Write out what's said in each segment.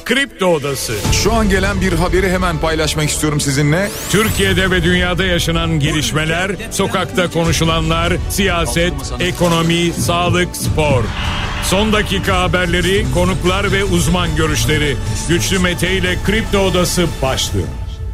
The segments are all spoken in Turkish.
Kripto Odası. Şu an gelen bir haberi hemen paylaşmak istiyorum sizinle. Türkiye'de ve dünyada yaşanan gelişmeler, sokakta konuşulanlar, siyaset, ekonomi, sağlık, spor. Son dakika haberleri, konuklar ve uzman görüşleri. Güçlü Mete ile Kripto Odası başlıyor.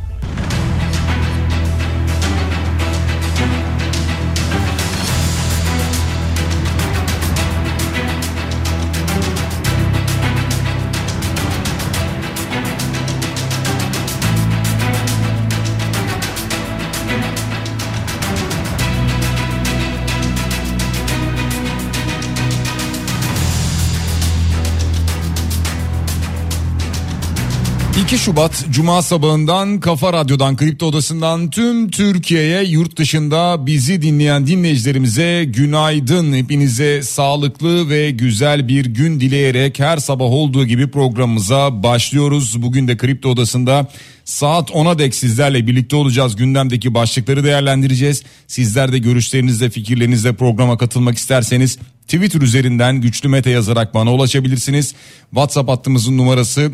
Şubat Cuma sabahından Kafa Radyo'dan, Kripto Odası'ndan tüm Türkiye'ye, yurt dışında bizi dinleyen dinleyicilerimize günaydın. Hepinize sağlıklı ve güzel bir gün dileyerek her sabah olduğu gibi programımıza başlıyoruz. Bugün de Kripto Odası'nda saat 10'a dek sizlerle birlikte olacağız. Gündemdeki başlıkları değerlendireceğiz. Sizler de görüşlerinizle, fikirlerinizle programa katılmak isterseniz Twitter üzerinden Güçlü Mete yazarak bana ulaşabilirsiniz. WhatsApp hattımızın numarası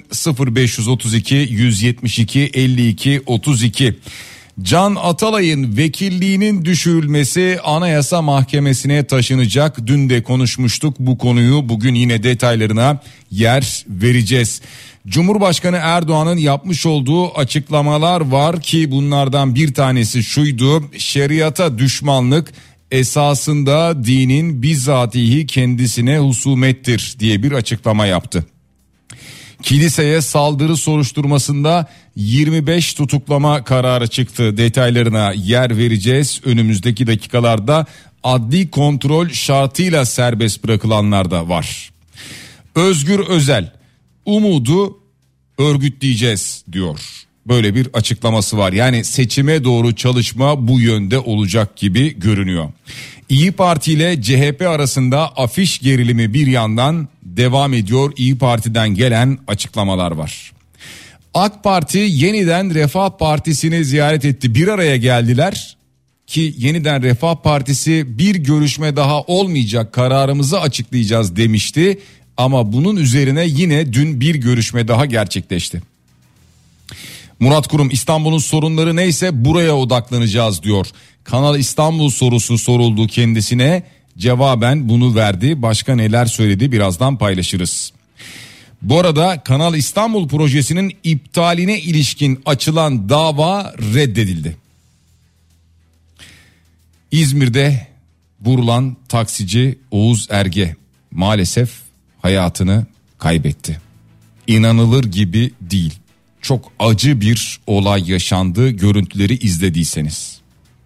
0532 172 52 32. Can Atalay'ın vekilliğinin düşürülmesi Anayasa Mahkemesi'ne taşınacak. Dün de konuşmuştuk bu konuyu. Bugün yine detaylarına yer vereceğiz. Cumhurbaşkanı Erdoğan'ın yapmış olduğu açıklamalar var ki bunlardan bir tanesi şuydu: şeriata düşmanlık esasında dinin bizatihi kendisine husumettir diye bir açıklama yaptı. Kiliseye saldırı soruşturmasında 25 tutuklama kararı çıktı. Detaylarına yer vereceğiz. Önümüzdeki dakikalarda adli kontrol şartıyla serbest bırakılanlar da var. Özgür Özel, umudu örgütleyeceğiz diyor. Böyle bir açıklaması var. Yani seçime doğru çalışma bu yönde olacak gibi görünüyor. İYİ Parti ile CHP arasında afiş gerilimi bir yandan devam ediyor. İYİ Parti'den gelen açıklamalar var. AK Parti yeniden Refah Partisi'ni ziyaret etti. Bir araya geldiler ki yeniden Refah Partisi bir görüşme daha olmayacak, kararımızı açıklayacağız demişti. Ama bunun üzerine yine dün bir görüşme daha gerçekleşti. Murat Kurum, İstanbul'un sorunları neyse buraya odaklanacağız diyor. Kanal İstanbul sorusu soruldu kendisine, cevaben bunu verdi. Başka neler söyledi birazdan paylaşırız. Bu arada Kanal İstanbul projesinin iptaline ilişkin açılan dava reddedildi. İzmir'de vurulan taksici Oğuz Erge maalesef hayatını kaybetti. İnanılır gibi değil. Çok acı bir olay yaşandı, görüntüleri izlediyseniz.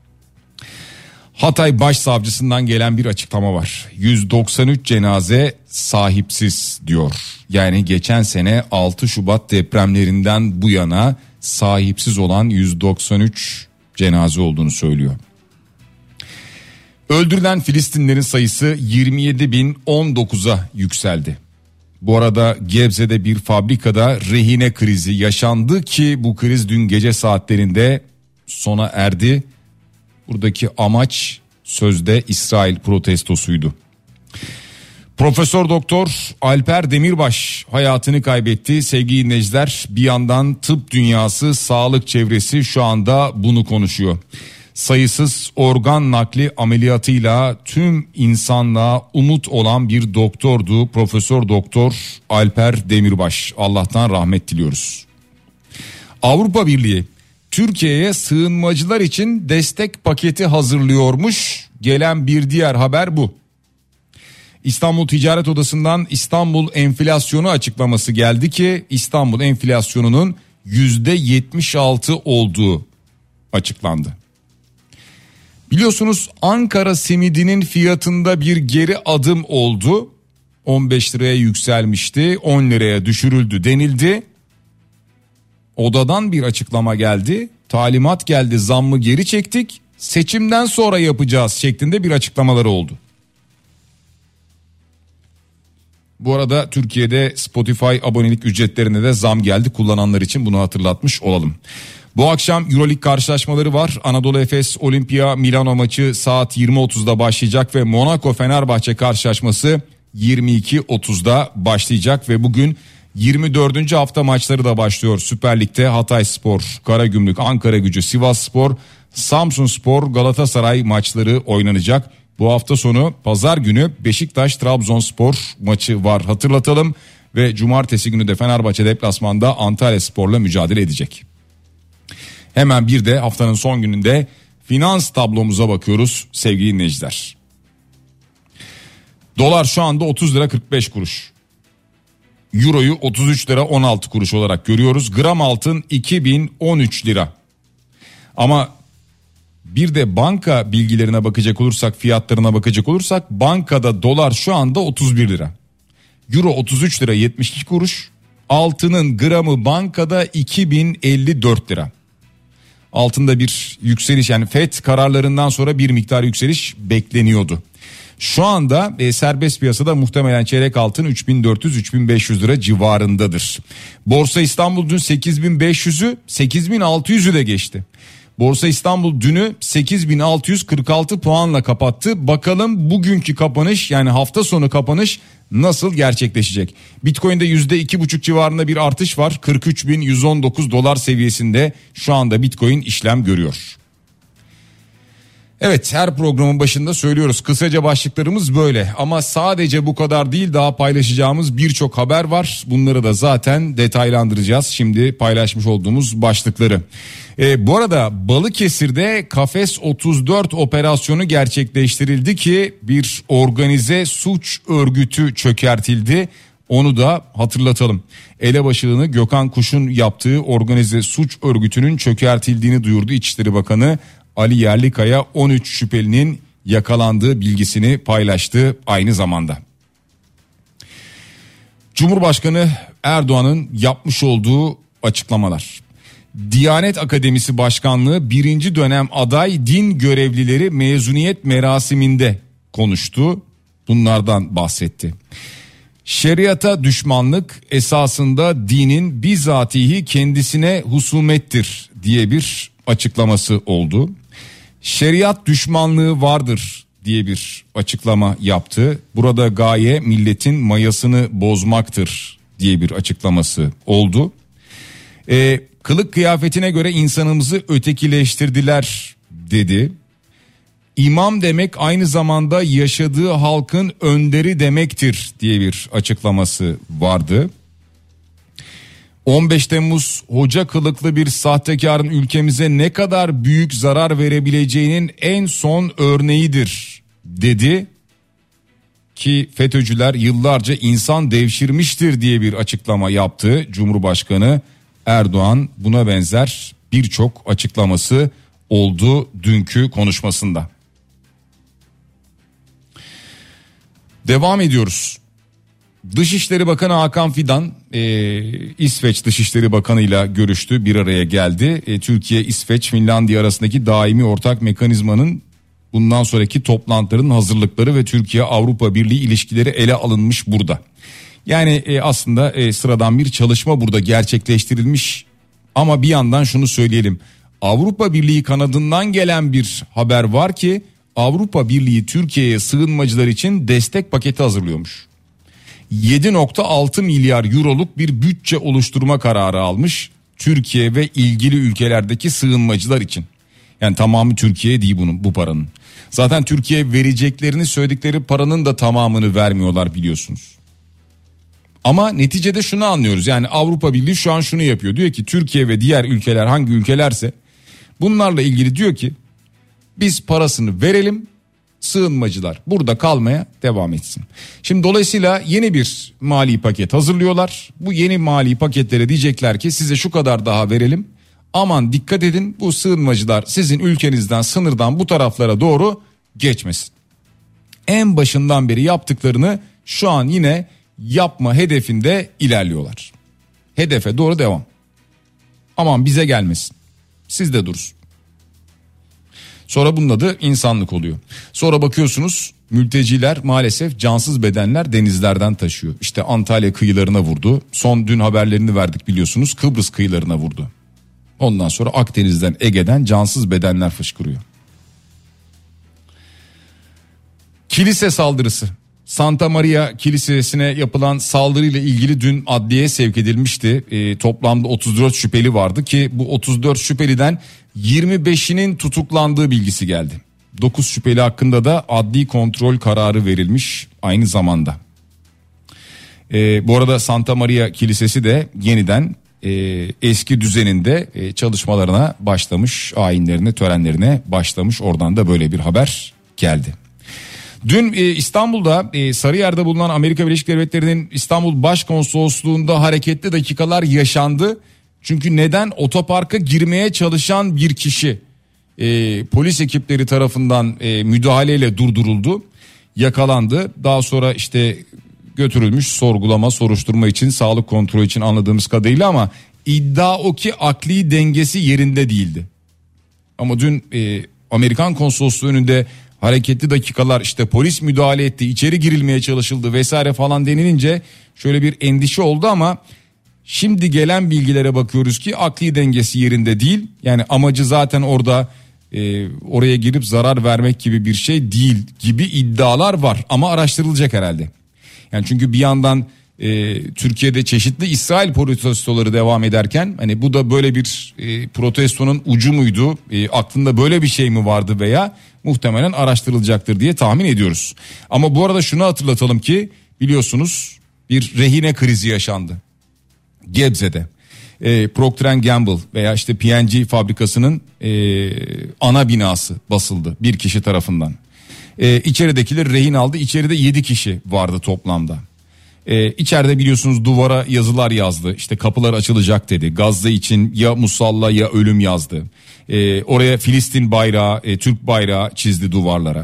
Hatay Başsavcısından gelen bir açıklama var. 193 cenaze sahipsiz diyor. Yani geçen sene 6 Şubat depremlerinden bu yana sahipsiz olan 193 cenaze olduğunu söylüyor. Öldürülen Filistinlerin sayısı 27.019'a yükseldi. Bu arada Gebze'de bir fabrikada rehine krizi yaşandı ki bu kriz dün gece saatlerinde sona erdi. Buradaki amaç sözde İsrail protestosuydu. Profesör Doktor Alper Demirbaş hayatını kaybetti. Sevgili dinleyiciler, bir yandan tıp dünyası, sağlık çevresi şu anda bunu konuşuyor. Sayısız organ nakli ameliyatıyla tüm insanlığa umut olan bir doktordu Profesör Doktor Alper Demirbaş. Allah'tan rahmet diliyoruz. Avrupa Birliği Türkiye'ye sığınmacılar için destek paketi hazırlıyormuş. Gelen bir diğer haber bu. İstanbul Ticaret Odası'ndan İstanbul enflasyonu açıklaması geldi ki İstanbul enflasyonunun %76 olduğu açıklandı. Biliyorsunuz Ankara simidinin fiyatında bir geri adım oldu. 15 liraya yükselmişti, 10 liraya düşürüldü denildi. Odadan bir açıklama geldi, talimat geldi, zammı geri çektik, seçimden sonra yapacağız şeklinde bir açıklamaları oldu. Bu arada Türkiye'de Spotify abonelik ücretlerine de zam geldi, kullananlar için bunu hatırlatmış olalım. Bu akşam Euroleague karşılaşmaları var. Anadolu Efes Olimpia Milano maçı saat 20.30'da başlayacak ve Monaco Fenerbahçe karşılaşması 22.30'da başlayacak ve bugün 24. hafta maçları da başlıyor. Süper Lig'de Hatayspor, Karagümrük, Ankaragücü, Sivasspor, Samsunspor, Galatasaray maçları oynanacak. Bu hafta sonu pazar günü Beşiktaş-Trabzonspor maçı var, hatırlatalım. Ve cumartesi günü de Fenerbahçe deplasmanda Antalyaspor'la mücadele edecek. Hemen bir de haftanın son gününde finans tablomuza bakıyoruz sevgili dinleyiciler. Dolar şu anda 30 lira 45 kuruş. Euro'yu 33 lira 16 kuruş olarak görüyoruz. Gram altın 2013 lira. Ama bir de banka bilgilerine bakacak olursak, fiyatlarına bakacak olursak, bankada dolar şu anda 31 lira. Euro 33 lira 72 kuruş. Altının gramı bankada 2054 lira. Altında bir yükseliş, yani FED kararlarından sonra bir miktar yükseliş bekleniyordu. Şu anda serbest piyasada muhtemelen çeyrek altın 3400-3500 lira civarındadır. Borsa İstanbul dün 8500'ü 8600'ü de geçti. Borsa İstanbul dünü 8646 puanla kapattı. Bakalım bugünkü kapanış, yani hafta sonu kapanış nasıl gerçekleşecek? Bitcoin'de %2,5 civarında bir artış var. 43.119 dolar seviyesinde şu anda Bitcoin işlem görüyor. Evet, her programın başında söylüyoruz, kısaca başlıklarımız böyle ama sadece bu kadar değil, daha paylaşacağımız birçok haber var. Bunları da zaten detaylandıracağız şimdi paylaşmış olduğumuz başlıkları. Bu arada Balıkesir'de Kafes 34 operasyonu gerçekleştirildi ki bir organize suç örgütü çökertildi. Onu da hatırlatalım. Elebaşılığını Gökhan Kuş'un yaptığı organize suç örgütünün çökertildiğini duyurdu İçişleri Bakanı Ali Yerlikaya. 13 şüphelinin yakalandığı bilgisini paylaştı aynı zamanda. Cumhurbaşkanı Erdoğan'ın yapmış olduğu açıklamalar. Diyanet Akademisi Başkanlığı 1. dönem aday din görevlileri mezuniyet merasiminde konuştu. Bunlardan bahsetti. Şeriata düşmanlık esasında dinin bizatihi kendisine husumettir diye bir açıklaması oldu. Şeriat düşmanlığı vardır diye bir açıklama yaptı. Burada gaye milletin mayasını bozmaktır diye bir açıklaması oldu. Kılık kıyafetine göre insanımızı ötekileştirdiler dedi. İmam demek aynı zamanda yaşadığı halkın önderi demektir diye bir açıklaması vardı. 15 Temmuz hoca kılıklı bir sahtekarın ülkemize ne kadar büyük zarar verebileceğinin en son örneğidir dedi. Ki FETÖ'cüler yıllarca insan devşirmiştir diye bir açıklama yaptı Cumhurbaşkanı Erdoğan. Buna benzer birçok açıklaması oldu dünkü konuşmasında. Devam ediyoruz. Dışişleri Bakanı Hakan Fidan İsveç Dışişleri Bakanı ile görüştü, bir araya geldi. Türkiye, İsveç, Finlandiya arasındaki daimi ortak mekanizmanın bundan sonraki toplantıların hazırlıkları ve Türkiye-Avrupa Birliği ilişkileri ele alınmış burada. Yani aslında sıradan bir çalışma burada gerçekleştirilmiş ama bir yandan şunu söyleyelim. Avrupa Birliği kanadından gelen bir haber var ki Avrupa Birliği Türkiye'ye sığınmacılar için destek paketi hazırlıyormuş. 7.6 milyar euroluk bir bütçe oluşturma kararı almış Türkiye ve ilgili ülkelerdeki sığınmacılar için. Yani tamamı Türkiye'ye değil bu paranın. Zaten Türkiye vereceklerini söyledikleri paranın da tamamını vermiyorlar biliyorsunuz. Ama neticede şunu anlıyoruz, yani Avrupa Birliği şu an şunu yapıyor. Diyor ki Türkiye ve diğer ülkeler, hangi ülkelerse bunlarla ilgili diyor ki biz parasını verelim, sığınmacılar burada kalmaya devam etsin. Şimdi dolayısıyla yeni bir mali paket hazırlıyorlar. Bu yeni mali paketlere diyecekler ki size şu kadar daha verelim. Aman dikkat edin, bu sığınmacılar sizin ülkenizden, sınırdan bu taraflara doğru geçmesin. En başından beri yaptıklarını şu an yine yapma hedefinde ilerliyorlar. Hedefe doğru devam. Aman bize gelmesin, sizde dursun. Sonra bunun adı insanlık oluyor. Sonra bakıyorsunuz mülteciler maalesef cansız bedenler denizlerden taşıyor. İşte Antalya kıyılarına vurdu. Son dün haberlerini verdik biliyorsunuz, Kıbrıs kıyılarına vurdu. Ondan sonra Akdeniz'den, Ege'den cansız bedenler fışkırıyor. Kilise saldırısı. Santa Maria Kilisesi'ne yapılan saldırıyla ilgili dün adliyeye sevk edilmişti. Toplamda 34 şüpheli vardı ki bu 34 şüpheliden 25'inin tutuklandığı bilgisi geldi. 9 şüpheli hakkında da adli kontrol kararı verilmiş aynı zamanda. Bu arada Santa Maria Kilisesi de yeniden eski düzeninde çalışmalarına başlamış, ayinlerine, törenlerine başlamış. Oradan da böyle bir haber geldi. Dün İstanbul'da Sarıyer'de bulunan Amerika Birleşik Devletleri'nin İstanbul Başkonsolosluğu'nda hareketli dakikalar yaşandı. Çünkü neden? Otoparka girmeye çalışan bir kişi polis ekipleri tarafından müdahaleyle durduruldu, yakalandı. Daha sonra işte götürülmüş sorgulama, soruşturma için, sağlık kontrolü için anladığımız kadarıyla, ama iddia o ki akli dengesi yerinde değildi. Ama dün Amerikan konsolosluğu önünde hareketli dakikalar, işte polis müdahale etti, içeri girilmeye çalışıldı vesaire falan denilince şöyle bir endişe oldu, ama şimdi gelen bilgilere bakıyoruz ki akli dengesi yerinde değil. Yani amacı zaten oraya girip zarar vermek gibi bir şey değil gibi iddialar var, ama araştırılacak herhalde. Yani çünkü bir yandan Türkiye'de çeşitli İsrail protestoları devam ederken, hani bu da böyle bir protestonun ucu muydu? Aklında böyle bir şey mi vardı veya muhtemelen araştırılacaktır diye tahmin ediyoruz. Ama bu arada şunu hatırlatalım ki biliyorsunuz bir rehine krizi yaşandı Gebze'de. Procter & Gamble veya işte P&G fabrikasının ana binası basıldı bir kişi tarafından. İçeridekileri rehin aldı. İçeride 7 kişi vardı toplamda. İçeride biliyorsunuz duvara yazılar yazdı. İşte kapılar açılacak dedi. Gazze için ya musalla ya ölüm yazdı. Oraya Filistin bayrağı, Türk bayrağı çizdi duvarlara.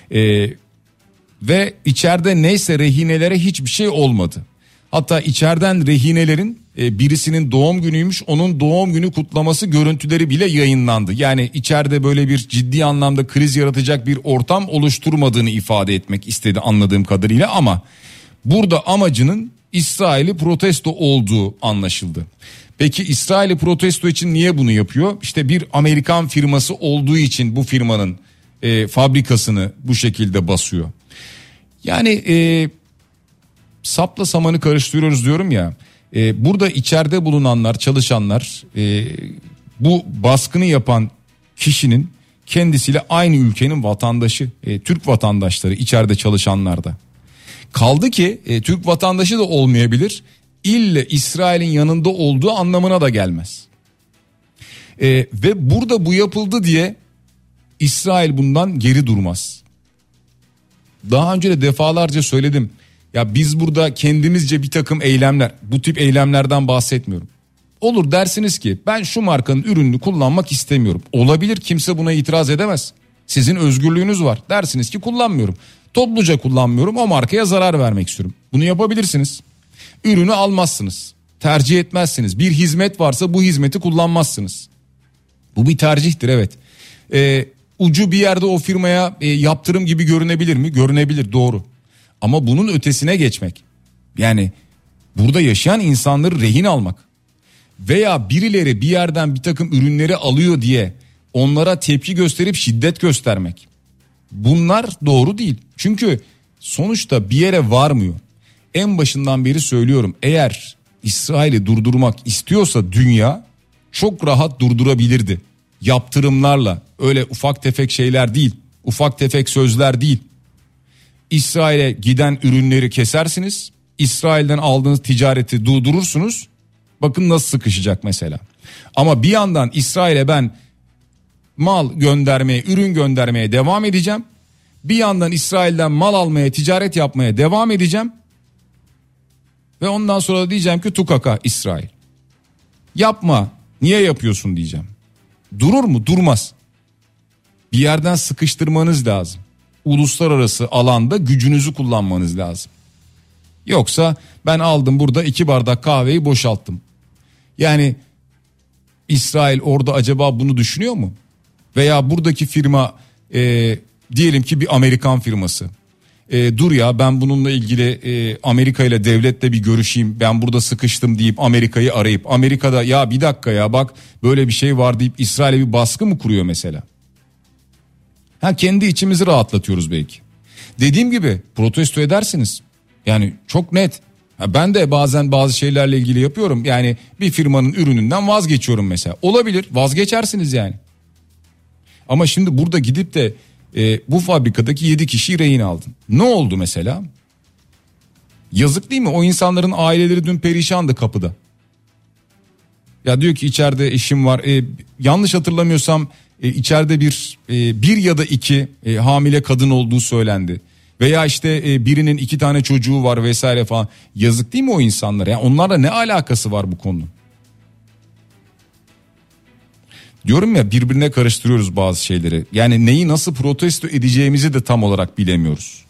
Ve içeride neyse rehinelere hiçbir şey olmadı. Hatta içeriden rehinelerin birisinin doğum günüymüş, onun doğum günü kutlaması görüntüleri bile yayınlandı. Yani içeride böyle bir ciddi anlamda kriz yaratacak bir ortam oluşturmadığını ifade etmek istedi anladığım kadarıyla, ama burada amacının İsrail'i protesto olduğu anlaşıldı. Peki İsrail'i protesto için niye bunu yapıyor? İşte bir Amerikan firması olduğu için bu firmanın fabrikasını bu şekilde basıyor. Yani sapla samanı karıştırıyoruz diyorum ya. Burada içeride bulunanlar, çalışanlar, bu baskını yapan kişinin kendisiyle aynı ülkenin vatandaşı, Türk vatandaşları içeride çalışanlar da. Kaldı ki Türk vatandaşı da olmayabilir. İlle İsrail'in yanında olduğu anlamına da gelmez. Ve burada bu yapıldı diye İsrail bundan geri durmaz. Daha önce de defalarca söyledim. Ya biz burada kendimizce bir takım eylemler, bu tip eylemlerden bahsetmiyorum. Olur dersiniz ki ben şu markanın ürününü kullanmak istemiyorum. Olabilir, kimse buna itiraz edemez. Sizin özgürlüğünüz var. Dersiniz ki kullanmıyorum. Topluca kullanmıyorum, o markaya zarar vermek istiyorum. Bunu yapabilirsiniz. Ürünü almazsınız. Tercih etmezsiniz. Bir hizmet varsa bu hizmeti kullanmazsınız. Bu bir tercihtir, evet. Ucu bir yerde o firmaya yaptırım gibi görünebilir mi? Görünebilir, doğru. Ama bunun ötesine geçmek, yani burada yaşayan insanları rehin almak veya birileri bir yerden bir takım ürünleri alıyor diye onlara tepki gösterip şiddet göstermek, bunlar doğru değil. Çünkü sonuçta bir yere varmıyor. En başından beri söylüyorum, eğer İsrail'i durdurmak istiyorsa dünya çok rahat durdurabilirdi. Yaptırımlarla, öyle ufak tefek şeyler değil, ufak tefek sözler değil. İsrail'e giden ürünleri kesersiniz. İsrail'den aldığınız ticareti durdurursunuz. Bakın nasıl sıkışacak mesela. Ama bir yandan İsrail'e ben mal göndermeye, ürün göndermeye devam edeceğim. Bir yandan İsrail'den mal almaya, ticaret yapmaya devam edeceğim. Ve ondan sonra da diyeceğim ki tukaka İsrail. Yapma, niye yapıyorsun diyeceğim. Durur mu? Durmaz. Bir yerden sıkıştırmanız lazım. Uluslararası alanda gücünüzü kullanmanız lazım. Yoksa ben aldım burada 2 bardak kahveyi boşalttım. Yani İsrail orada acaba bunu düşünüyor mu? Veya buradaki firma diyelim ki bir Amerikan firması. Dur ya, ben bununla ilgili Amerika ile, devletle bir görüşeyim, ben burada sıkıştım deyip Amerika'yı arayıp Amerika'da ya bir dakika ya bak böyle bir şey var deyip İsrail'e bir baskı mı kuruyor mesela? Kendi içimizi rahatlatıyoruz belki. dediğim gibi protesto edersiniz. Yani çok net. Ben de bazen bazı şeylerle ilgili yapıyorum. Yani bir firmanın ürününden vazgeçiyorum mesela. Olabilir, vazgeçersiniz yani. Ama şimdi burada gidip de bu fabrikadaki 7 kişiyi rehin aldın. Ne oldu mesela? Yazık değil mi? O insanların aileleri dün perişandı kapıda. Ya diyor ki içeride eşim var. Yanlış hatırlamıyorsam içeride bir ya da iki hamile kadın olduğu söylendi. Veya işte birinin 2 tane çocuğu var vesaire falan. Yazık değil mi o insanlara? Yani onlarla ne alakası var bu konunun? Diyorum ya, birbirine karıştırıyoruz bazı şeyleri. Yani neyi nasıl protesto edeceğimizi de tam olarak bilemiyoruz.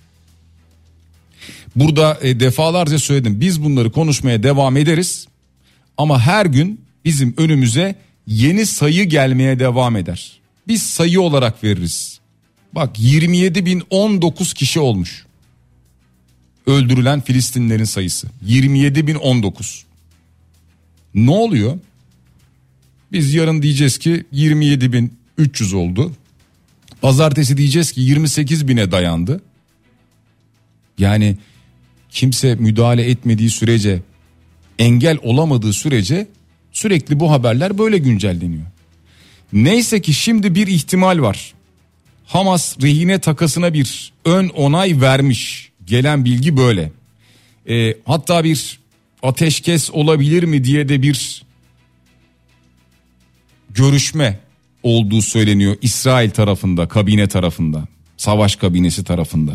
Burada defalarca söyledim. Biz bunları konuşmaya devam ederiz. Ama her gün bizim önümüze yeni sayı gelmeye devam eder. Biz sayı olarak veririz. Bak 27.019 kişi olmuş. Öldürülen Filistinlilerin sayısı 27.019. Ne oluyor? Biz yarın diyeceğiz ki 27.300 oldu. Pazartesi diyeceğiz ki 28.000'e dayandı. Yani kimse müdahale etmediği sürece, engel olamadığı sürece sürekli bu haberler böyle güncelleniyor. Neyse ki şimdi bir ihtimal var. Hamas rehine takasına bir ön onay vermiş. Gelen bilgi böyle. Hatta bir ateşkes olabilir mi diye de bir görüşme olduğu söyleniyor İsrail tarafında, kabine tarafında, savaş kabinesi tarafında.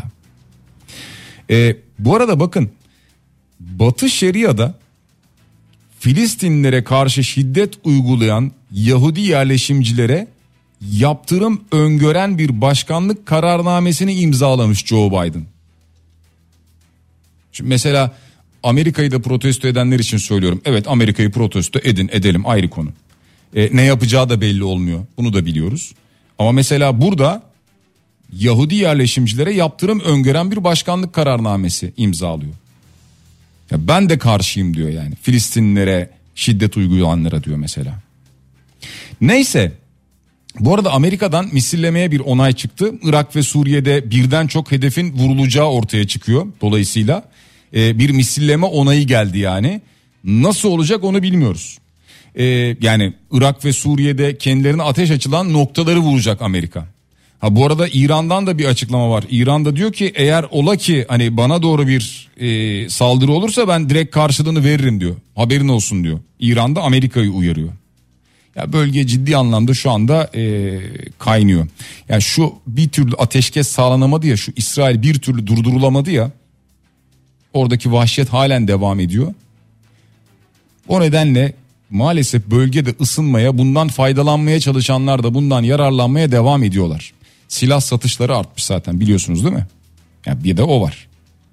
Bu arada bakın, Batı Şeria'da Filistinlilere karşı şiddet uygulayan Yahudi yerleşimcilere yaptırım öngören bir başkanlık kararnamesini imzalamış Joe Biden. Şimdi mesela Amerika'yı da protesto edenler için söylüyorum. Evet, Amerika'yı protesto edelim, ayrı konu. Ne yapacağı da belli olmuyor, bunu da biliyoruz. Ama mesela burada Yahudi yerleşimcilere yaptırım öngören bir başkanlık kararnamesi imzalıyor. Ya ben de karşıyım diyor yani Filistinlilere şiddet uygulayanlara diyor mesela. Neyse, bu arada Amerika'dan misillemeye bir onay çıktı. Irak ve Suriye'de birden çok hedefin vurulacağı ortaya çıkıyor. Dolayısıyla bir misilleme onayı geldi yani. Nasıl olacak onu bilmiyoruz. Yani Irak ve Suriye'de kendilerine ateş açılan noktaları vuracak Amerika. Ha, bu arada İran'dan da bir açıklama var. İran da diyor ki eğer ola ki hani bana doğru bir saldırı olursa ben direkt karşılığını veririm diyor. Haberin olsun diyor. İran da Amerika'yı uyarıyor. Ya bölge ciddi anlamda şu anda kaynıyor. Yani şu bir türlü ateşkes sağlanamadı ya, şu İsrail bir türlü durdurulamadı ya. Oradaki vahşet halen devam ediyor. O nedenle maalesef bölgede ısınmaya, bundan faydalanmaya çalışanlar da bundan yararlanmaya devam ediyorlar. Silah satışları artmış zaten, biliyorsunuz değil mi? Yani bir de o var.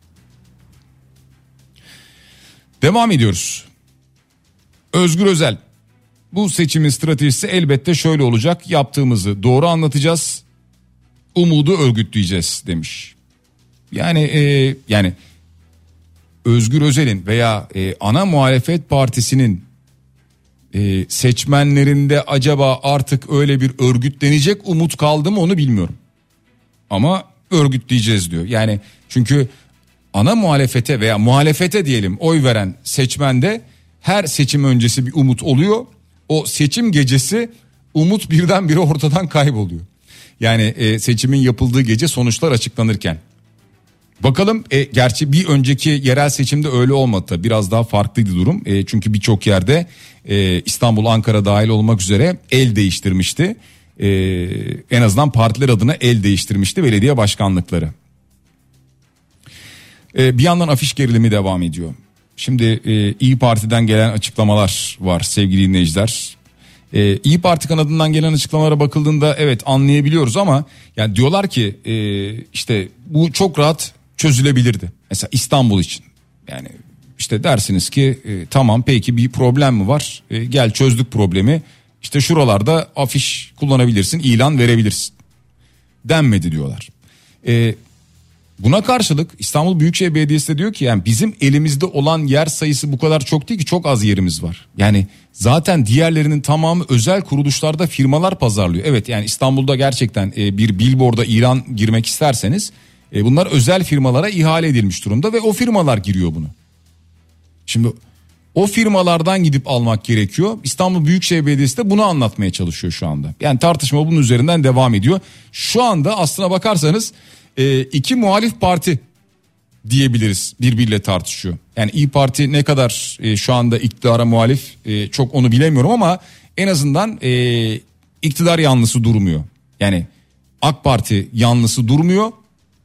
Devam ediyoruz. Özgür Özel. Bu seçimin stratejisi elbette şöyle olacak. Yaptığımızı doğru anlatacağız. Umudu örgütleyeceğiz demiş. Yani Özgür Özel'in veya ana muhalefet partisinin seçmenlerinde acaba artık öyle bir örgütlenecek umut kaldı mı onu bilmiyorum. Ama örgütleyeceğiz diyor. Yani çünkü ana muhalefete veya muhalefete diyelim oy veren seçmende her seçim öncesi bir umut oluyor. O seçim gecesi umut birdenbire ortadan kayboluyor. Yani seçimin yapıldığı gece sonuçlar açıklanırken. Bakalım, gerçi bir önceki yerel seçimde öyle olmadı da biraz daha farklıydı durum. Çünkü birçok yerde İstanbul, Ankara dahil olmak üzere el değiştirmişti. En azından partiler adına el değiştirmişti belediye başkanlıkları. Bir yandan afiş gerilimi devam ediyor. Şimdi İYİ Parti'den gelen açıklamalar var sevgili dinleyiciler. İYİ Parti kanadından gelen açıklamalara bakıldığında evet anlayabiliyoruz ama yani diyorlar ki işte bu çok rahat çözülebilirdi. Mesela İstanbul için. Yani işte dersiniz ki tamam peki bir problem mi var? Gel çözdük problemi. İşte şuralarda afiş kullanabilirsin, ilan verebilirsin. Denmedi diyorlar. Buna karşılık İstanbul Büyükşehir Belediyesi de diyor ki yani bizim elimizde olan yer sayısı bu kadar çok değil ki, çok az yerimiz var. Yani zaten diğerlerinin tamamı özel kuruluşlarda firmalar pazarlıyor. Evet yani İstanbul'da gerçekten bir billboard'a ilan girmek isterseniz Bunlar özel firmalara ihale edilmiş durumda ve o firmalar giriyor bunu. Şimdi o firmalardan gidip almak gerekiyor. İstanbul Büyükşehir Belediyesi de bunu anlatmaya çalışıyor şu anda. Yani tartışma bunun üzerinden devam ediyor. Şu anda aslına bakarsanız iki muhalif parti diyebiliriz birbiriyle tartışıyor. Yani İYİ Parti ne kadar şu anda iktidara muhalif çok onu bilemiyorum ama en azından iktidar yanlısı durmuyor. Yani AK Parti yanlısı durmuyor.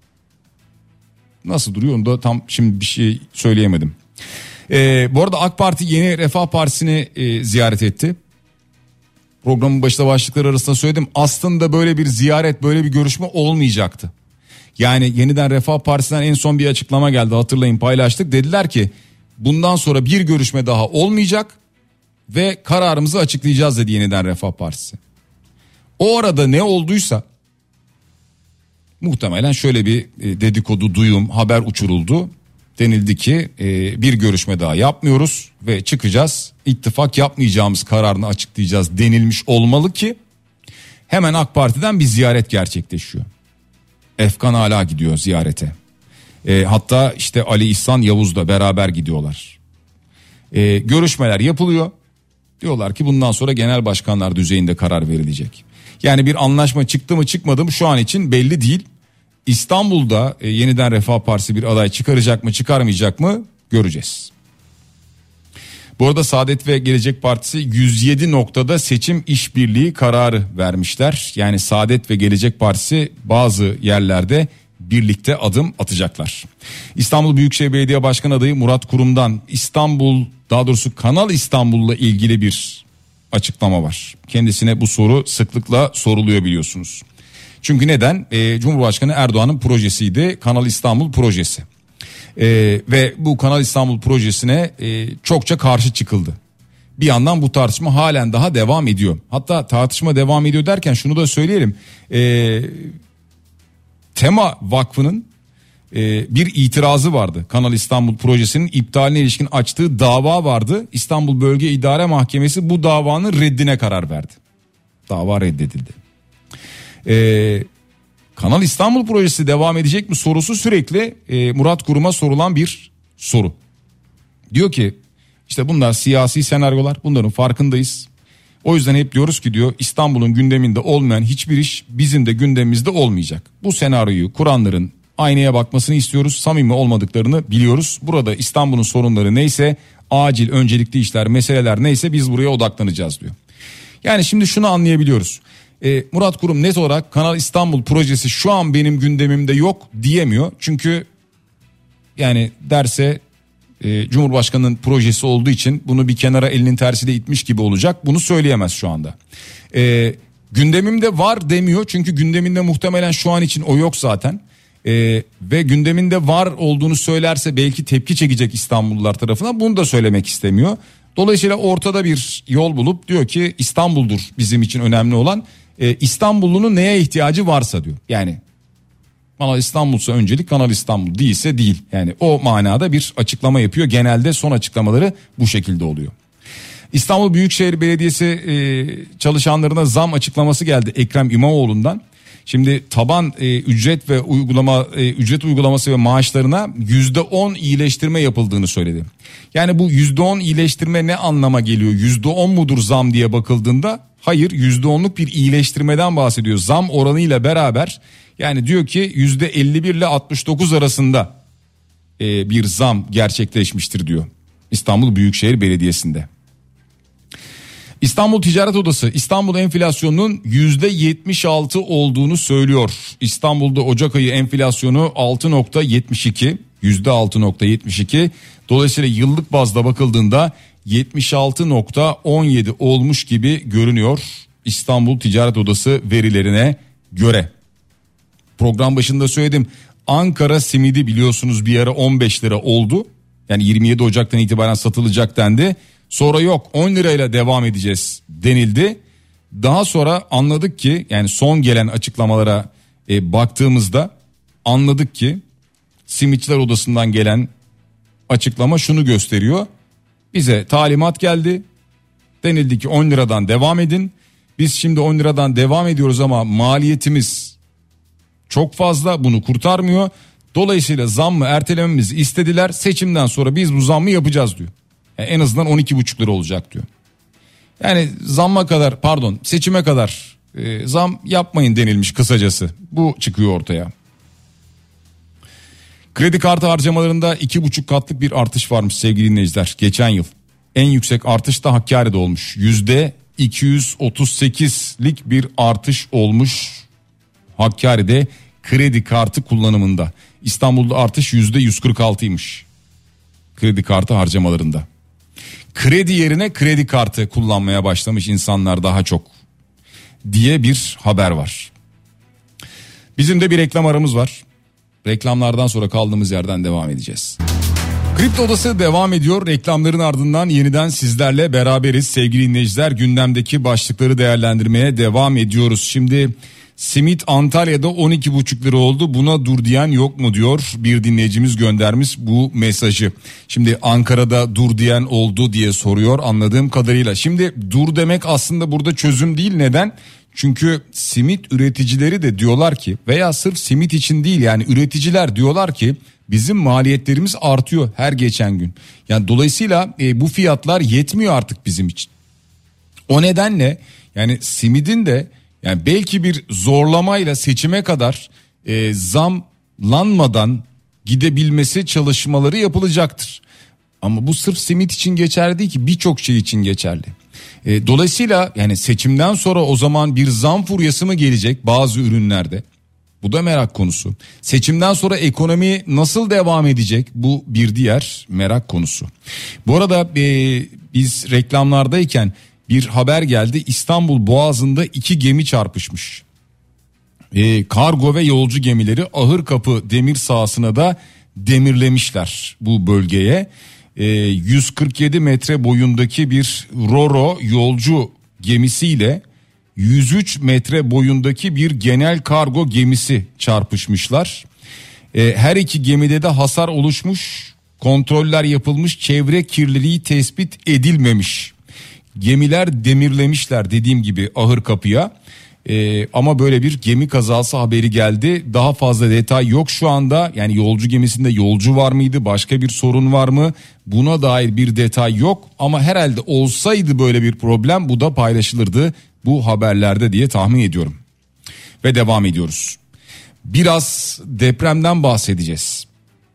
Nasıl duruyor onu da tam şimdi bir şey söyleyemedim. Bu arada AK Parti Yeni Refah Partisi'ni ziyaret etti. Programın başında başlıkları arasında söyledim. Aslında böyle bir ziyaret, böyle bir görüşme olmayacaktı. Yani Yeniden Refah Partisi'nden en son bir açıklama geldi, hatırlayın, paylaştık. Dediler ki bundan sonra bir görüşme daha olmayacak ve kararımızı açıklayacağız dedi Yeniden Refah Partisi. O arada ne olduysa muhtemelen şöyle bir dedikodu, duyum, haber uçuruldu. Denildi ki bir görüşme daha yapmıyoruz ve çıkacağız, ittifak yapmayacağımız kararını açıklayacağız denilmiş olmalı ki hemen AK Parti'den bir ziyaret gerçekleşiyor. Efkan Ala gidiyor ziyarete. Hatta işte Ali İhsan Yavuz da beraber gidiyorlar. Görüşmeler yapılıyor. Diyorlar ki bundan sonra genel başkanlar düzeyinde karar verilecek. Yani bir anlaşma çıktı mı çıkmadı mı şu an için belli değil. İstanbul'da Yeniden Refah Partisi bir aday çıkaracak mı çıkarmayacak mı göreceğiz. Bu arada Saadet ve Gelecek Partisi 107 noktada seçim işbirliği kararı vermişler. Yani Saadet ve Gelecek Partisi bazı yerlerde birlikte adım atacaklar. İstanbul Büyükşehir Belediye Başkan adayı Murat Kurum'dan daha doğrusu Kanal İstanbul'la ilgili bir açıklama var. Kendisine bu soru sıklıkla soruluyor biliyorsunuz. Çünkü neden? Cumhurbaşkanı Erdoğan'ın projesiydi Kanal İstanbul projesi. Ve bu Kanal İstanbul projesine çokça karşı çıkıldı. Bir yandan bu tartışma halen daha devam ediyor. Hatta tartışma devam ediyor derken şunu da söyleyelim. Tema Vakfı'nın bir itirazı vardı. Kanal İstanbul projesinin iptaline ilişkin açtığı dava vardı. İstanbul Bölge İdare Mahkemesi bu davanın reddine karar verdi. Dava reddedildi. Kanal İstanbul projesi devam edecek mi sorusu sürekli Murat Kurum'a sorulan bir soru. Diyor ki işte bunlar siyasi senaryolar, bunların farkındayız. O yüzden hep diyoruz ki diyor İstanbul'un gündeminde olmayan hiçbir iş bizim de gündemimizde olmayacak. Bu senaryoyu kuranların aynaya bakmasını istiyoruz, samimi olmadıklarını biliyoruz. Burada İstanbul'un sorunları neyse, acil öncelikli işler, meseleler neyse biz buraya odaklanacağız diyor. Yani şimdi şunu anlayabiliyoruz. Murat Kurum net olarak Kanal İstanbul projesi şu an benim gündemimde yok diyemiyor. Çünkü yani derse Cumhurbaşkanı'nın projesi olduğu için bunu bir kenara elinin tersiyle itmiş gibi olacak. Bunu söyleyemez şu anda. Gündemimde var demiyor çünkü gündeminde muhtemelen şu an için o yok zaten. Ve gündeminde var olduğunu söylerse belki tepki çekecek İstanbullular tarafından, bunu da söylemek istemiyor. Dolayısıyla ortada bir yol bulup diyor ki İstanbul'dur bizim için önemli olan. İstanbullunun neye ihtiyacı varsa diyor. Yani Kanal İstanbul'sa öncelik, Kanal İstanbul değilse değil. Yani o manada bir açıklama yapıyor. Genelde son açıklamaları bu şekilde oluyor. İstanbul Büyükşehir Belediyesi çalışanlarına zam açıklaması geldi Ekrem İmamoğlu'ndan. Şimdi taban ücret uygulaması ve maaşlarına %10 iyileştirme yapıldığını söyledi. Yani bu %10 iyileştirme ne anlama geliyor? %10 mudur zam diye bakıldığında hayır, %10'luk bir iyileştirmeden bahsediyor. Zam oranıyla beraber yani diyor ki %51 ile 69 arasında bir zam gerçekleşmiştir diyor İstanbul Büyükşehir Belediyesi'nde. İstanbul Ticaret Odası İstanbul enflasyonunun %76 olduğunu söylüyor. İstanbul'da Ocak ayı enflasyonu 6.72, %6.72. Dolayısıyla yıllık bazda bakıldığında 76.17 olmuş gibi görünüyor İstanbul Ticaret Odası verilerine göre. Program başında söyledim. Ankara simidi biliyorsunuz bir ara 15 lira oldu. Yani 27 Ocak'tan itibaren satılacak dendi. Sonra yok 10 lirayla devam edeceğiz denildi. Daha sonra anladık ki yani son gelen açıklamalara baktığımızda anladık ki Simitçiler Odası'ndan gelen açıklama şunu gösteriyor. Bize talimat geldi. Denildi ki 10 liradan devam edin. Biz şimdi 10 liradan devam ediyoruz ama maliyetimiz çok fazla, bunu kurtarmıyor. Dolayısıyla zammı ertelememizi istediler. Seçimden sonra biz bu zammı yapacağız diyor. Yani en azından 12,5 lira olacak diyor. Yani seçime kadar zam yapmayın denilmiş kısacası. Bu çıkıyor ortaya. Kredi kartı harcamalarında 2,5 katlık bir artış varmış sevgili dinleyiciler geçen yıl. En yüksek artış da Hakkari'de olmuş. %238'lik bir artış olmuş Hakkari'de kredi kartı kullanımında. İstanbul'da artış %146'ymış kredi kartı harcamalarında. Kredi yerine kredi kartı kullanmaya başlamış insanlar daha çok diye bir haber var. Bizim de bir reklam aramız var. Reklamlardan sonra kaldığımız yerden devam edeceğiz. Kripto Odası devam ediyor. Reklamların ardından yeniden sizlerle beraberiz. Sevgili dinleyiciler, gündemdeki başlıkları değerlendirmeye devam ediyoruz. Şimdi simit Antalya'da 12,5 lira oldu. Buna dur diyen yok mu diyor bir dinleyicimiz göndermiş bu mesajı. Şimdi Ankara'da dur diyen oldu diye soruyor anladığım kadarıyla. Şimdi dur demek aslında burada çözüm değil. Neden? Çünkü simit üreticileri de diyorlar ki, veya sırf simit için değil, yani üreticiler diyorlar ki bizim maliyetlerimiz artıyor her geçen gün. Yani dolayısıyla bu fiyatlar yetmiyor artık bizim için. O nedenle yani simidin de yani belki bir zorlamayla seçime kadar zamlanmadan gidebilmesi çalışmaları yapılacaktır. Ama bu sırf simit için geçerli değil ki, birçok şey için geçerli. Dolayısıyla yani seçimden sonra o zaman bir zam furyası mı gelecek bazı ürünlerde? Bu da merak konusu. Seçimden sonra ekonomi nasıl devam edecek? Bu bir diğer merak konusu. Bu arada biz reklamlardayken bir haber geldi. İstanbul Boğazı'nda 2 gemi çarpışmış. Kargo ve yolcu gemileri Ahırkapı demir sahasına da demirlemişler bu bölgeye. 147 metre boyundaki bir Roro yolcu gemisiyle 103 metre boyundaki bir genel kargo gemisi çarpışmışlar. Her iki gemide de hasar oluşmuş, kontroller yapılmış, çevre kirliliği tespit edilmemiş. Gemiler demirlemişler dediğim gibi Ahırkapı'ya. Ama böyle bir gemi kazası haberi geldi. Daha fazla detay yok şu anda. Yani yolcu gemisinde yolcu var mıydı? Başka bir sorun var mı? Buna dair bir detay yok. Ama herhalde olsaydı böyle bir problem bu da paylaşılırdı bu haberlerde diye tahmin ediyorum. Ve devam ediyoruz. Biraz depremden bahsedeceğiz.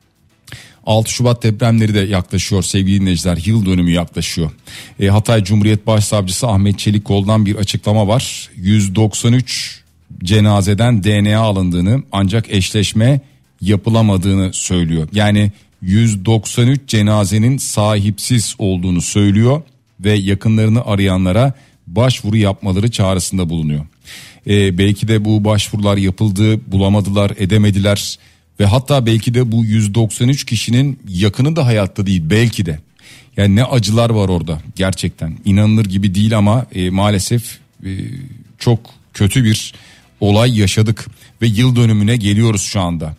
6 Şubat depremleri de yaklaşıyor sevgili dinleyiciler, yıl dönümü yaklaşıyor. Hatay Cumhuriyet Başsavcısı Ahmet Çelikkol'dan bir açıklama var. 193 cenazeden DNA alındığını ancak eşleşme yapılamadığını söylüyor. Yani 193 cenazenin sahipsiz olduğunu söylüyor ve yakınlarını arayanlara başvuru yapmaları çağrısında bulunuyor. Belki de bu başvurular yapıldı, bulamadılar, edemediler. Ve hatta belki de bu 193 kişinin yakını da hayatta değil belki de. Yani ne acılar var orada gerçekten, inanılır gibi değil ama maalesef çok kötü bir olay yaşadık ve yıl dönümüne geliyoruz şu anda.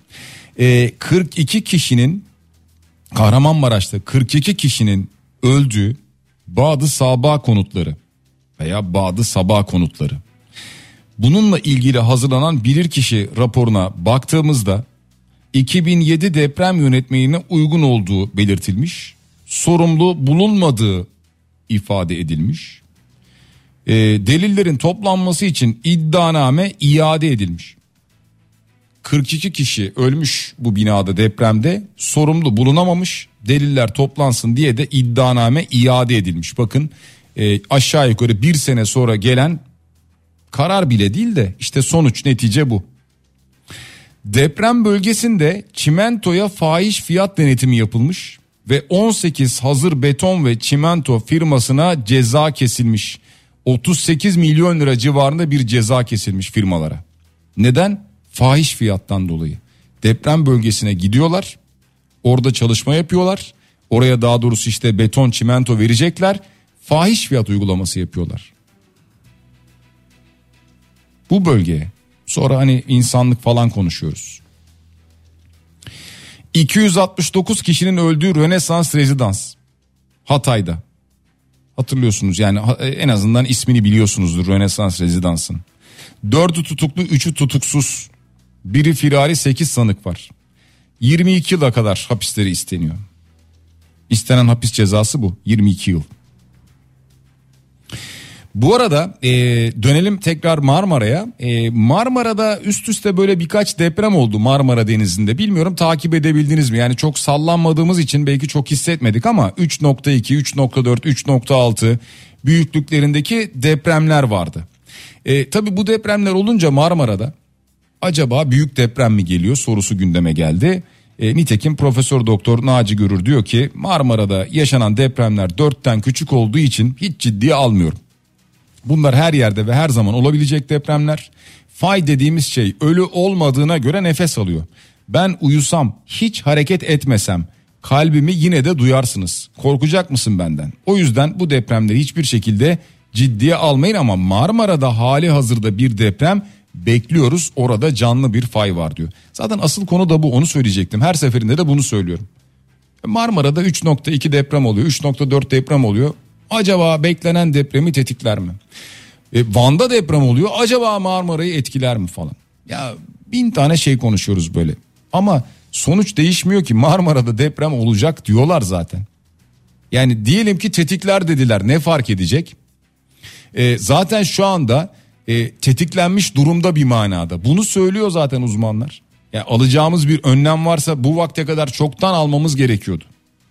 42 kişinin, Kahramanmaraş'ta 42 kişinin öldüğü Bağdı Sabah konutları veya Bağdı Sabah konutları. Bununla ilgili hazırlanan bilirkişi raporuna baktığımızda 2007 deprem yönetmeliğine uygun olduğu belirtilmiş. Sorumlu bulunmadığı ifade edilmiş. Delillerin toplanması için iddianame iade edilmiş. 42 kişi ölmüş bu binada depremde, sorumlu bulunamamış, deliller toplansın diye de iddianame iade edilmiş. Bakın aşağı yukarı bir sene sonra gelen karar bile değil de işte sonuç, netice bu. Deprem bölgesinde çimentoya fahiş fiyat denetimi yapılmış ve 18 hazır beton ve çimento firmasına ceza kesilmiş. 38 milyon lira civarında bir ceza kesilmiş firmalara. Neden? Fahiş fiyattan dolayı. Deprem bölgesine gidiyorlar, orada çalışma yapıyorlar, oraya daha doğrusu işte beton çimento verecekler, fahiş fiyat uygulaması yapıyorlar. Bu bölgeye. Sonra hani insanlık falan konuşuyoruz. 269 kişinin öldüğü Rönesans Rezidans Hatay'da. Hatırlıyorsunuz yani, en azından ismini biliyorsunuzdur Rönesans Rezidans'ın. 4'ü tutuklu, 3'ü tutuksuz Biri firari 8 sanık var. 22 yıla kadar hapisleri isteniyor. İstenen hapis cezası bu, 22 yıl. Bu arada dönelim tekrar Marmara'ya. Marmara'da üst üste böyle birkaç deprem oldu Marmara Denizi'nde. Bilmiyorum takip edebildiniz mi? Yani çok sallanmadığımız için belki çok hissetmedik ama 3.2, 3.4, 3.6 büyüklüklerindeki depremler vardı. Tabii bu depremler olunca Marmara'da acaba büyük deprem mi geliyor sorusu gündeme geldi. Nitekim Profesör Doktor Naci Görür diyor ki Marmara'da yaşanan depremler 4'ten küçük olduğu için hiç ciddiye almıyorum. Bunlar her yerde ve her zaman olabilecek depremler. Fay dediğimiz şey ölü olmadığına göre nefes alıyor. Ben uyusam, hiç hareket etmesem kalbimi yine de duyarsınız. Korkacak mısın benden? O yüzden bu depremleri hiçbir şekilde ciddiye almayın ama Marmara'da hali hazırda bir deprem bekliyoruz. Orada canlı bir fay var diyor. Zaten asıl konu da bu, onu söyleyecektim. Her seferinde de bunu söylüyorum. Marmara'da 3.2 deprem oluyor, 3.4 deprem oluyor. Acaba beklenen depremi tetikler mi? Van'da deprem oluyor. Acaba Marmara'yı etkiler mi falan? Ya 1000 tane şey konuşuyoruz böyle. Ama sonuç değişmiyor ki, Marmara'da deprem olacak diyorlar zaten. Yani diyelim ki tetikler dediler, ne fark edecek? Zaten şu anda tetiklenmiş durumda bir manada. Bunu söylüyor zaten uzmanlar. Yani alacağımız bir önlem varsa bu vakte kadar çoktan almamız gerekiyordu.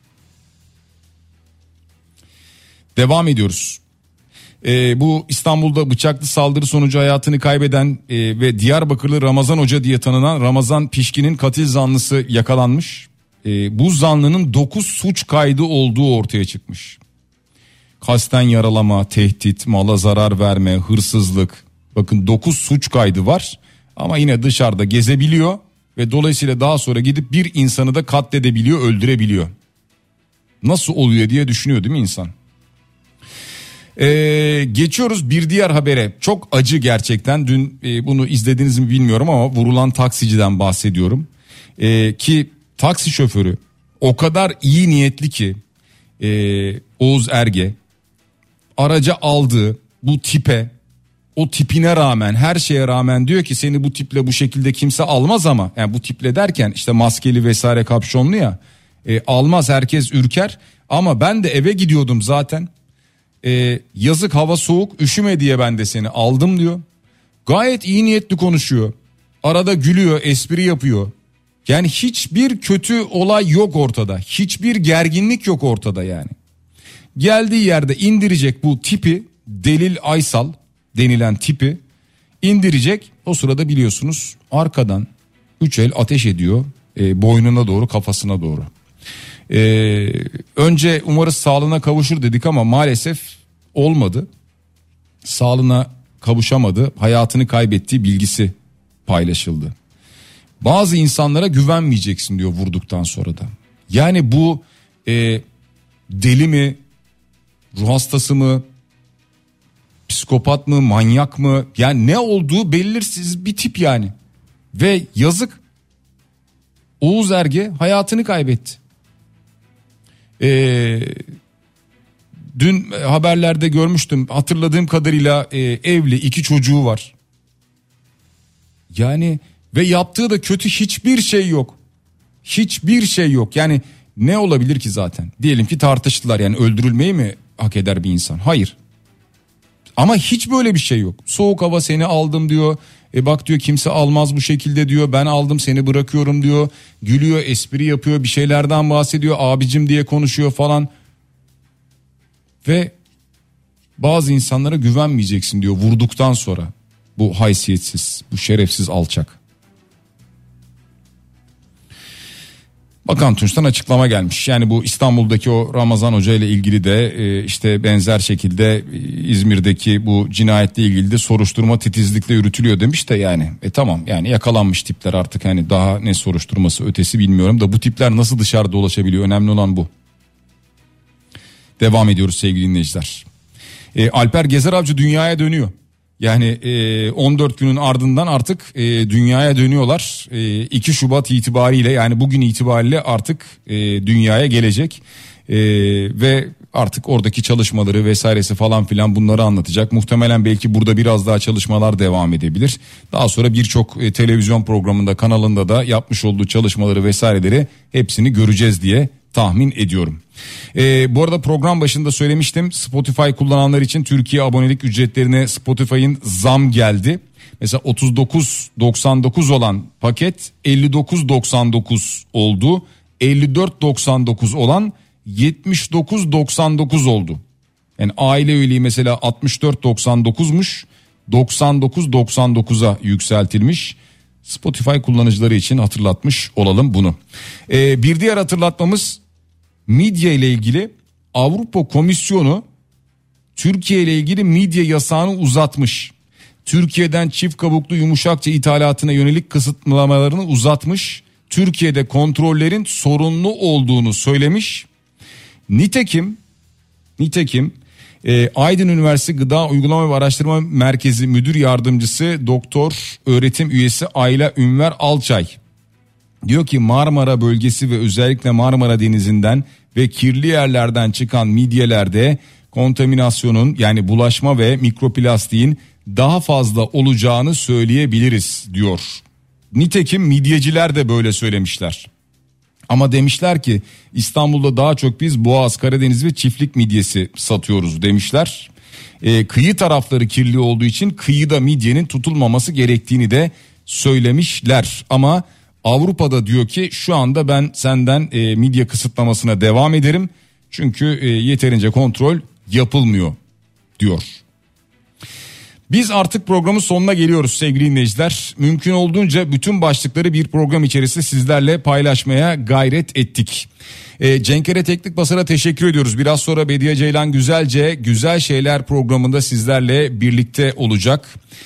Devam ediyoruz. Bu İstanbul'da bıçaklı saldırı sonucu hayatını kaybeden ve Diyarbakırlı Ramazan Hoca diye tanınan Ramazan Pişkin'in katil zanlısı yakalanmış. Bu zanlının 9 suç kaydı olduğu ortaya çıkmış. Kasten yaralama, tehdit, mala zarar verme, hırsızlık. Bakın 9 suç kaydı var ama yine dışarıda gezebiliyor ve dolayısıyla daha sonra gidip bir insanı da katledebiliyor, öldürebiliyor. Nasıl oluyor diye düşünüyor değil mi insan? Geçiyoruz bir diğer habere. Çok acı gerçekten. Dün bunu izlediniz mi bilmiyorum ama vurulan taksiciden bahsediyorum. Ki taksi şoförü o kadar iyi niyetli ki Oğuz Erge araca aldığı bu tipe, o tipine rağmen, her şeye rağmen diyor ki seni bu tiple bu şekilde kimse almaz ama, yani bu tiple derken işte maskeli vesaire kapşonlu ya, almaz, herkes ürker ama ben de eve gidiyordum zaten. Yazık, hava soğuk, üşüme diye ben de seni aldım diyor. Gayet iyi niyetli konuşuyor. Arada gülüyor, espri yapıyor. Yani hiçbir kötü olay yok ortada. Hiçbir gerginlik yok ortada yani. Geldiği yerde indirecek bu tipi, Delil Aysal denilen tipi indirecek. O sırada biliyorsunuz arkadan 3 el ateş ediyor boynuna doğru, kafasına doğru. Önce umarız sağlığına kavuşur dedik ama maalesef olmadı. Sağlığına kavuşamadı. Hayatını kaybettiği bilgisi paylaşıldı. Bazı insanlara güvenmeyeceksin diyor vurduktan sonra da. Yani bu deli mi, ruh hastası mı, psikopat mı, manyak mı? Yani ne olduğu belirsiz bir tip yani. Ve yazık, Oğuz Erge hayatını kaybetti. Dün haberlerde görmüştüm, hatırladığım kadarıyla evli, 2 çocuğu var. Yani ve yaptığı da kötü hiçbir şey yok. Hiçbir şey yok. Yani ne olabilir ki zaten? Diyelim ki tartıştılar, yani öldürülmeyi mi hak eder bir insan? Hayır. Ama hiç böyle bir şey yok. Soğuk hava, seni aldım diyor. Bak diyor, kimse almaz bu şekilde diyor. Ben aldım, seni bırakıyorum diyor. Gülüyor, espri yapıyor, bir şeylerden bahsediyor. Abicim diye konuşuyor falan. Ve bazı insanlara güvenmeyeceksin diyor vurduktan sonra. Bu haysiyetsiz, bu şerefsiz alçak. Bakan Tunç'tan açıklama gelmiş. Yani bu İstanbul'daki o Ramazan Hoca ile ilgili de işte benzer şekilde İzmir'deki bu cinayetle ilgili de soruşturma titizlikle yürütülüyor demiş de yani. Tamam, yani yakalanmış tipler artık, hani daha ne soruşturması ötesi bilmiyorum da bu tipler nasıl dışarıda dolaşabiliyor, önemli olan bu. Devam ediyoruz sevgili dinleyiciler. Alper Gezer Avcı dünyaya dönüyor. Yani 14 günün ardından artık dünyaya dönüyorlar. 2 Şubat itibariyle, yani bugün itibariyle artık dünyaya gelecek. Ve Artık oradaki çalışmaları vesairesi falan filan bunları anlatacak. Muhtemelen belki burada biraz daha çalışmalar devam edebilir. Daha sonra birçok televizyon programında, kanalında da yapmış olduğu çalışmaları vesaireleri hepsini göreceğiz diye tahmin ediyorum. Bu arada program başında söylemiştim, Spotify kullananlar için Türkiye abonelik ücretlerine Spotify'ın zam geldi. Mesela 39.99 olan paket 59.99 oldu. 54.99 olan 79.99 oldu. Yani aile üyeliği mesela 64.99'muş, 99.99'a yükseltilmiş. Spotify kullanıcıları için hatırlatmış olalım bunu. Bir diğer hatırlatmamız, midye ile ilgili Avrupa Komisyonu Türkiye ile ilgili midye yasağını uzatmış. Türkiye'den çift kabuklu yumuşakça ithalatına yönelik kısıtlamalarını uzatmış. Türkiye'de kontrollerin sorunlu olduğunu söylemiş. Nitekim Aydın Üniversitesi Gıda Uygulama ve Araştırma Merkezi Müdür Yardımcısı Doktor Öğretim Üyesi Ayla Ünver Alçay diyor ki Marmara bölgesi ve özellikle Marmara Denizi'nden ve kirli yerlerden çıkan midyelerde kontaminasyonun, yani bulaşma ve mikroplastiğin daha fazla olacağını söyleyebiliriz diyor. Nitekim midyeciler de böyle söylemişler. Ama demişler ki İstanbul'da daha çok biz Boğaz, Karadeniz ve çiftlik midyesi satıyoruz demişler. Kıyı tarafları kirli olduğu için kıyıda midyenin tutulmaması gerektiğini de söylemişler. Ama Avrupa'da diyor ki şu anda ben senden midye kısıtlamasına devam ederim. Çünkü yeterince kontrol yapılmıyor diyor. Biz artık programın sonuna geliyoruz sevgili dinleyiciler. Mümkün olduğunca bütün başlıkları bir program içerisinde sizlerle paylaşmaya gayret ettik. Cenkere Teknik Basar'a teşekkür ediyoruz. Biraz sonra Bediye Ceylan Güzelce Güzel Şeyler programında sizlerle birlikte olacak.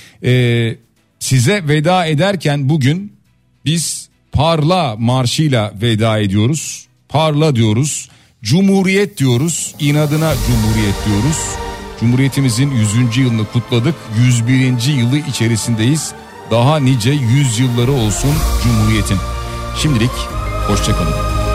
Size veda ederken bugün biz Parla marşıyla veda ediyoruz. Parla diyoruz, Cumhuriyet diyoruz, inadına Cumhuriyet diyoruz. Cumhuriyetimizin 100. yılını kutladık. 101. yılı içerisindeyiz. Daha nice 100 yılları olsun Cumhuriyetin. Şimdilik hoşça kalın.